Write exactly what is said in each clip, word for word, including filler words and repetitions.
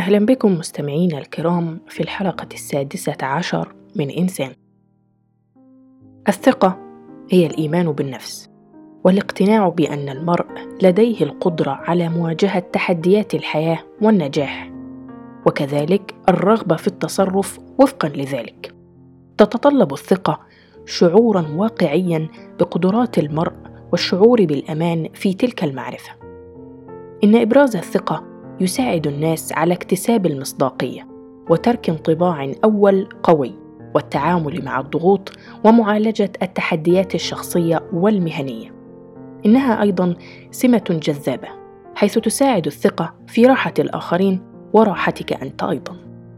أهلا بكم مستمعينا الكرام في الحلقة السادسة عشر من إنسان. الثقة هي الإيمان بالنفس والاقتناع بأن المرء لديه القدرة على مواجهة تحديات الحياة والنجاح، وكذلك الرغبة في التصرف وفقا لذلك. تتطلب الثقة شعوراً واقعياً بقدرات المرء والشعور بالأمان في تلك المعرفة. إن إبراز الثقة يساعد الناس على اكتساب المصداقية وترك انطباع أول قوي، والتعامل مع الضغوط ومعالجة التحديات الشخصية والمهنية. إنها أيضاً سمة جذابة، حيث تساعد الثقة في راحة الآخرين وراحتك أنت أيضاً.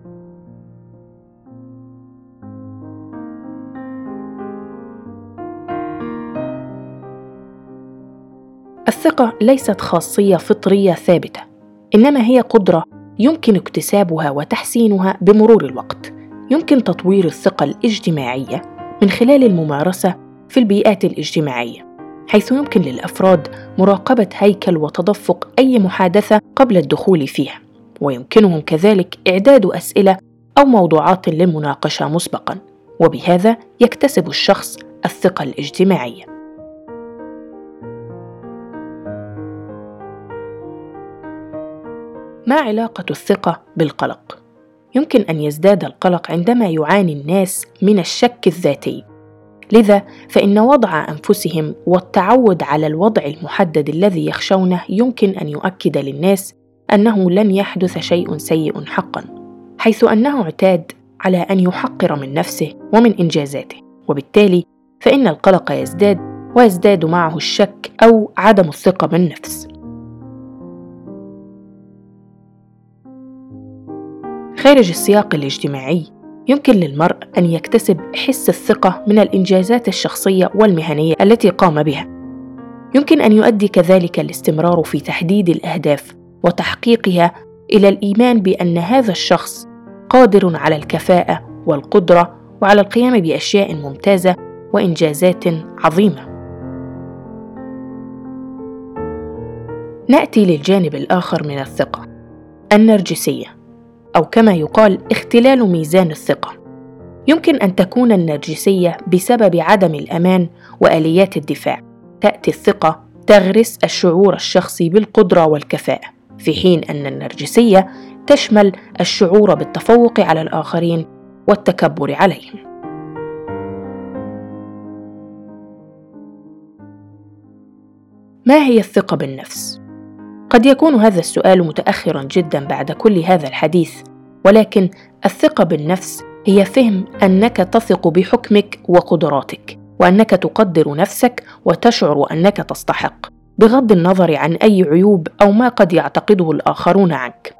الثقة ليست خاصية فطرية ثابتة، إنما هي قدرة يمكن اكتسابها وتحسينها بمرور الوقت. يمكن تطوير الثقة الاجتماعية من خلال الممارسة في البيئات الاجتماعية، حيث يمكن للأفراد مراقبة هيكل وتدفق أي محادثة قبل الدخول فيها، ويمكنهم كذلك إعداد أسئلة أو موضوعات للمناقشة مسبقاً، وبهذا يكتسب الشخص الثقة الاجتماعية. ما علاقة الثقة بالقلق؟ يمكن أن يزداد القلق عندما يعاني الناس من الشك الذاتي، لذا فإن وضع أنفسهم والتعود على الوضع المحدد الذي يخشونه يمكن أن يؤكد للناس أنه لن يحدث شيء سيء حقاً، حيث أنه اعتاد على أن يحقر من نفسه ومن إنجازاته، وبالتالي فإن القلق يزداد ويزداد معه الشك أو عدم الثقة بالنفس. خارج السياق الاجتماعي، يمكن للمرء أن يكتسب حس الثقة من الإنجازات الشخصية والمهنية التي قام بها. يمكن أن يؤدي كذلك الاستمرار في تحديد الأهداف وتحقيقها إلى الإيمان بأن هذا الشخص قادر على الكفاءة والقدرة وعلى القيام بأشياء ممتازة وإنجازات عظيمة. نأتي للجانب الآخر من الثقة، النرجسية، أو كما يقال اختلال ميزان الثقة. يمكن أن تكون النرجسية بسبب عدم الأمان وآليات الدفاع. تأتي الثقة تغرس الشعور الشخصي بالقدرة والكفاءة، في حين أن النرجسية تشمل الشعور بالتفوق على الآخرين والتكبر عليهم. ما هي الثقة بالنفس؟ قد يكون هذا السؤال متأخراً جداً بعد كل هذا الحديث، ولكن الثقة بالنفس هي فهم أنك تثق بحكمك وقدراتك، وأنك تقدر نفسك وتشعر أنك تستحق، بغض النظر عن أي عيوب أو ما قد يعتقده الآخرون عنك.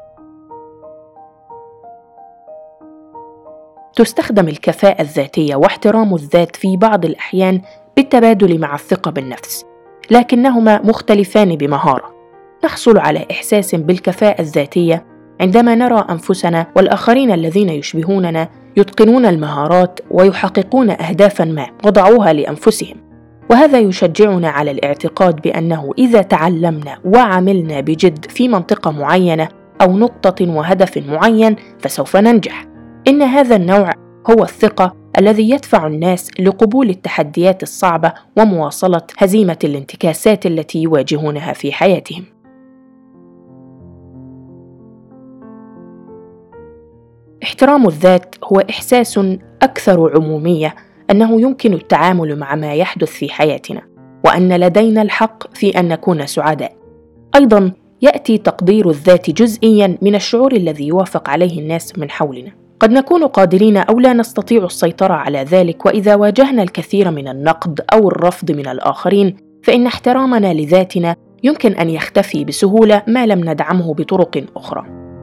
تستخدم الكفاءة الذاتية واحترام الذات في بعض الأحيان بالتبادل مع الثقة بالنفس، لكنهما مختلفان بمهارة. نحصل على إحساس بالكفاءة الذاتية عندما نرى أنفسنا والآخرين الذين يشبهوننا يتقنون المهارات ويحققون أهدافاً ما وضعوها لأنفسهم، وهذا يشجعنا على الاعتقاد بأنه إذا تعلمنا وعملنا بجد في منطقة معينة أو نقطة وهدف معين فسوف ننجح. إن هذا النوع هو الثقة الذي يدفع الناس لقبول التحديات الصعبة ومواصلة هزيمة الانتكاسات التي يواجهونها في حياتهم. احترام الذات هو إحساس أكثر عمومية أنه يمكن التعامل مع ما يحدث في حياتنا، وأن لدينا الحق في أن نكون سعداء. أيضاً يأتي تقدير الذات جزئياً من الشعور الذي يوافق عليه الناس من حولنا. قد نكون قادرين أو لا نستطيع السيطرة على ذلك، وإذا واجهنا الكثير من النقد أو الرفض من الآخرين فإن احترامنا لذاتنا يمكن أن يختفي بسهولة ما لم ندعمه بطرق أخرى.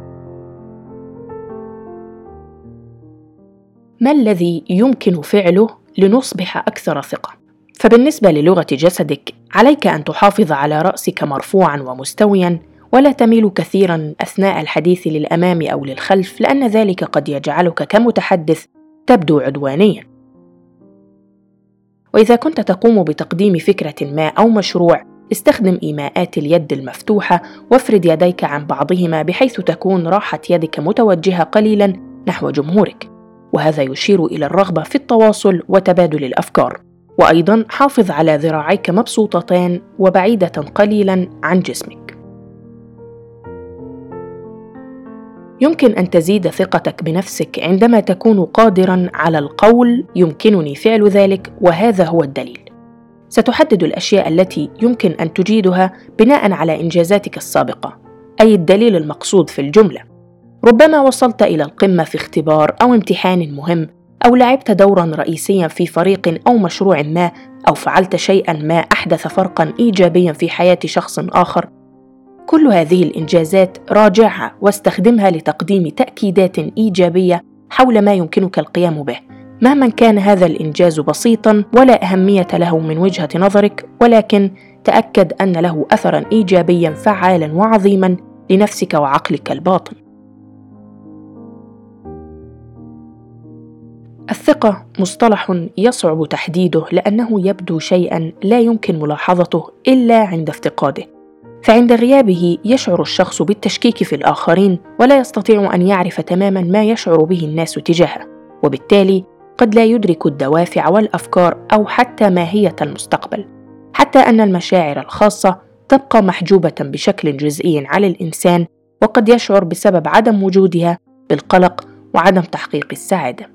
ما الذي يمكن فعله لنصبح أكثر ثقة؟ فبالنسبة للغة جسدك، عليك أن تحافظ على رأسك مرفوعاً ومستوياً، ولا تميل كثيراً أثناء الحديث للأمام أو للخلف، لأن ذلك قد يجعلك كمتحدث تبدو عدوانياً. وإذا كنت تقوم بتقديم فكرة ما أو مشروع، استخدم إيماءات اليد المفتوحة وافرد يديك عن بعضهما بحيث تكون راحة يدك متوجهة قليلاً نحو جمهورك، وهذا يشير إلى الرغبة في التواصل وتبادل الأفكار. وأيضاً حافظ على ذراعيك مبسوطتان وبعيدة قليلاً عن جسمك. يمكن أن تزيد ثقتك بنفسك عندما تكون قادراً على القول يمكنني فعل ذلك وهذا هو الدليل. ستحدد الأشياء التي يمكن أن تجيدها بناء على إنجازاتك السابقة، أي الدليل المقصود في الجملة. ربما وصلت إلى القمة في اختبار أو امتحان مهم، أو لعبت دورا رئيسيا في فريق أو مشروع ما، أو فعلت شيئا ما أحدث فرقا إيجابيا في حياة شخص آخر. كل هذه الإنجازات راجعها واستخدمها لتقديم تأكيدات إيجابية حول ما يمكنك القيام به، مهما كان هذا الإنجاز بسيطاً ولا أهمية له من وجهة نظرك، ولكن تأكد أن له أثراً إيجابياً فعالاً وعظيماً لنفسك وعقلك الباطن. الثقة مصطلح يصعب تحديده لأنه يبدو شيئاً لا يمكن ملاحظته إلا عند افتقاده، فعند غيابه يشعر الشخص بالتشكيك في الآخرين ولا يستطيع أن يعرف تماماً ما يشعر به الناس تجاهه، وبالتالي قد لا يدرك الدوافع والأفكار أو حتى ماهية المستقبل، حتى أن المشاعر الخاصة تبقى محجوبة بشكل جزئي على الإنسان، وقد يشعر بسبب عدم وجودها بالقلق وعدم تحقيق السعادة.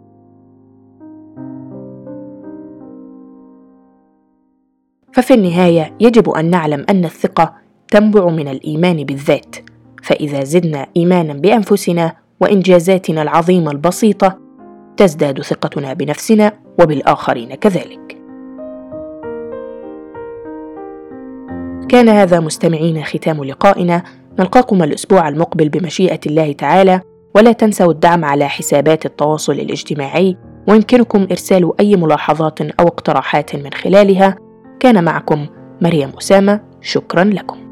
ففي النهاية يجب أن نعلم أن الثقة تنبع من الإيمان بالذات، فإذا زدنا إيمانا بأنفسنا وإنجازاتنا العظيمة البسيطة تزداد ثقتنا بنفسنا وبالآخرين كذلك. كان هذا مستمعين ختام لقائنا، نلقاكم الأسبوع المقبل بمشيئة الله تعالى، ولا تنسوا الدعم على حسابات التواصل الاجتماعي، ويمكنكم إرسال أي ملاحظات أو اقتراحات من خلالها. كان معكم مريم أسامة، شكرا لكم.